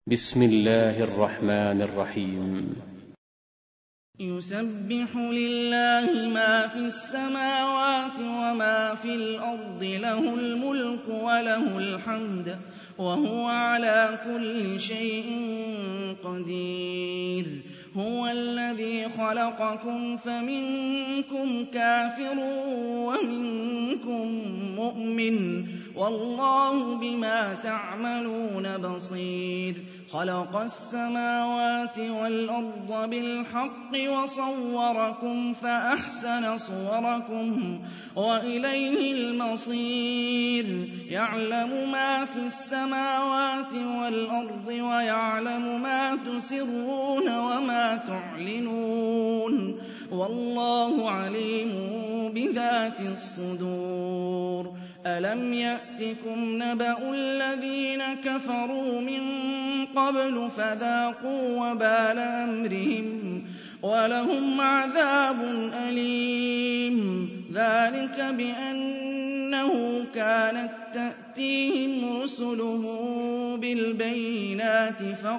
بسم الله الرحمن الرحيم. يُسَبِّحُ لِلَّهِ مَا فِي السَّمَاوَاتِ وَمَا فِي الْأَرْضِ ۖ لَهُ الْمُلْكُ وَلَهُ الْحَمْدُ وَهُوَ عَلَىٰ كُلِّ شَيْءٍ قَدِيرٌ. هُوَ الَّذِي خَلَقَكُمْ فَمِنكُمْ كَافِرٌ وَمِنكُم مُّؤْمِنٌ ۚ وَاللَّهُ بِمَا تَعْمَلُونَ بَصِيرٌ. خَلَقَ السَّمَاوَاتِ وَالْأَرْضَ بِالْحَقِّ وَصَوَّرَكُمْ فَأَحْسَنَ صُوَرَكُمْ ۖ وَإِلَيْهِ الْمَصِيرُ. يَعْلَمُ مَا فِي السَّمَاوَاتِ وَالْأَرْضِ وَيَعْلَمُ مَا تُسِرُّونَ وَمَا تُعْلِنُونَ ۚ وَاللَّهُ عَلِيمٌ بِذَاتِ الصُّدُورِ. أَلَمْ يَأْتِكُمْ نَبَأُ الَّذِينَ كَفَرُوا مِن قَبْلُ فَذَاقُوا وَبَالَ أَمْرِهِمْ وَلَهُمْ عَذَابٌ أَلِيمٌ. ذَٰلِكَ بِأَنَّهُ كَانَت تَّأْتِيهِمْ رُسُلُهُم بِالْبَيِّنَاتِ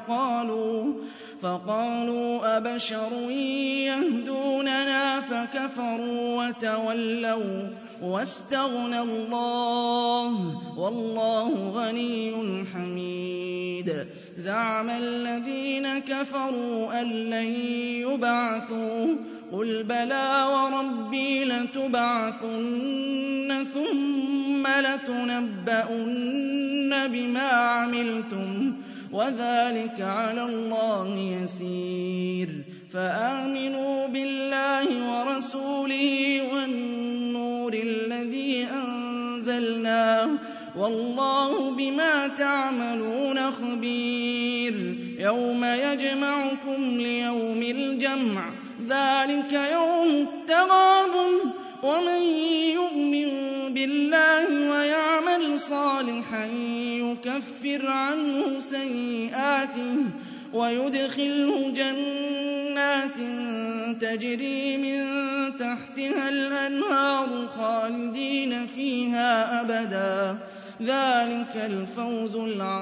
فَقَالُوا أَبَشَرٌ يَهْدُونَنَا فَكَفَرُوا وَتَوَلَّوا وَّاسْتَغْنَى اللَّهُ ۚ وَاللَّهُ غَنِيٌّ حَمِيدٌ. زَعَمَ الَّذِينَ كَفَرُوا أَن لَّن يُبْعَثُوا ۚ قُلْ بَلَىٰ وَرَبِّي لَتُبْعَثُنَّ ثُمَّ لَتُنَبَّؤُنَّ بِمَا عَمِلْتُمْ ۚ وَذَٰلِكَ عَلَى اللَّهِ يَسِيرٌ. فَآمِنُوا بِاللَّهِ وَرَسُولِهِ وَالنُّورِ الَّذِي أَنزَلْنَا ۚ وَاللَّهُ بِمَا تَعْمَلُونَ خَبِيرٌ. يَوْمَ يَجْمَعُكُمْ لِيَوْمِ الْجَمْعِ ۖ ذَٰلِكَ يَوْمُ التَّغَابُنِ ۗ وَمَن يُؤْمِن بِاللَّهِ وَيَعْمَلْ صَالِحًا يُكَفِّرْ عَنْهُ سَيِّئَاتِهِ وَيُدْخِلْهُ جَنَّاتٍ تَجْرِي مِن تَحْتِهَا الْأَنْهَارُ خَالِدِينَ فِيهَا أَبَدًا ۚ ذَٰلِكَ الْفَوْزُ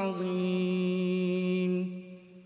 الْعَظِيمُ.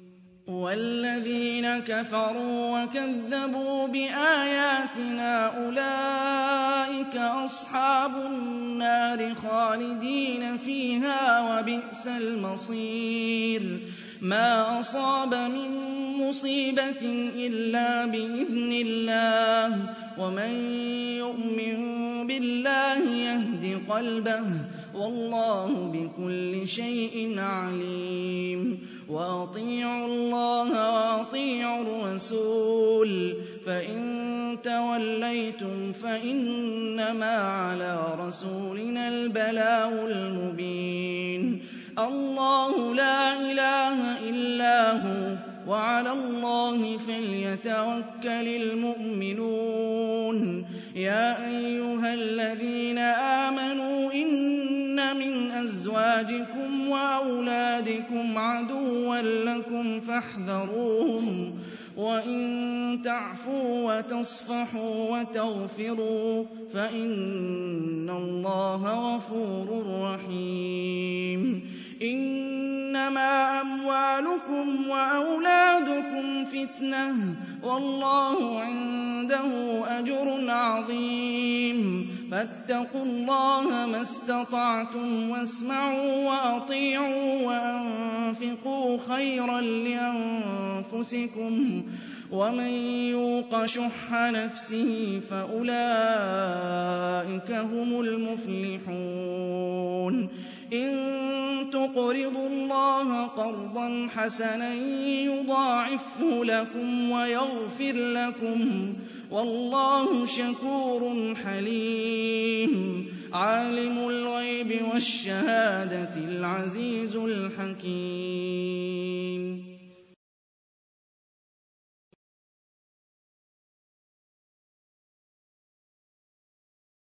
وَالَّذِينَ كَفَرُوا وَكَذَّبُوا بِآيَاتِنَا أُولَٰئِكَ أَصْحَابُ النَّارِ خَالِدِينَ فِيهَا ۖ وَبِئْسَ الْمَصِيرُ. مَا أَصَابَ مِن مُّصِيبَةٍ إِلَّا بِإِذْنِ اللَّهِ ۗ وَمَن يُؤْمِن بِاللَّهِ يَهْدِ قَلْبَهُ ۚ وَاللَّهُ بِكُلِّ شَيْءٍ عَلِيمٌ. وَأَطِيعُوا اللَّهَ وَأَطِيعُوا الرَّسُولَ ۚ فَإِن تَوَلَّيْتُمْ فَإِنَّمَا عَلَىٰ رَسُولِنَا الْبَلَاغُ الْمُبِينُ. اللَّهُ لَا إِلَٰهَ إِلَّا هُوَ ۚ وَعَلَى اللَّهِ فَلْيَتَوَكَّلِ الْمُؤْمِنُونَ. يَا أَيُّهَا الَّذِينَ آمَنُوا إِنَّ مِنْ أَزْوَاجِكُمْ وَأَوْلَادِكُمْ عَدُوًّا لَّكُمْ فَاحْذَرُوهُمْ ۚ وَإِن تَعْفُوا وَتَصْفَحُوا وَتَغْفِرُوا فَإِنَّ اللَّهَ غَفُورٌ رَّحِيمٌ. إِنَّمَا أَمْوَالُكُمْ وَأَوْلَادُكُمْ فِتْنَةٌ ۚ وَاللَّهُ عِندَهُ أَجْرٌ عَظِيمٌ. فَاتَّقُوا اللَّهَ مَا اسْتَطَعْتُمْ وَاسْمَعُوا وَأَطِيعُوا وَأَنفِقُوا خَيْرًا لِّأَنفُسِكُمْ ۗ وَمَن يُوقَ شُحَّ نَفْسِهِ فَأُولَٰئِكَ هُمُ الْمُفْلِحُونَ. إِن تُقْرِضُوا اللَّهَ قَرْضًا حَسَنًا يُضَاعِفْهُ لَكُمْ وَيَغْفِرْ لَكُمْ ۚ وَاللَّهُ شَكُورٌ حَلِيمٌ. عَالِمُ الْغَيْبِ وَالشَّهَادَةِ الْعَزِيزُ الْحَكِيمُ.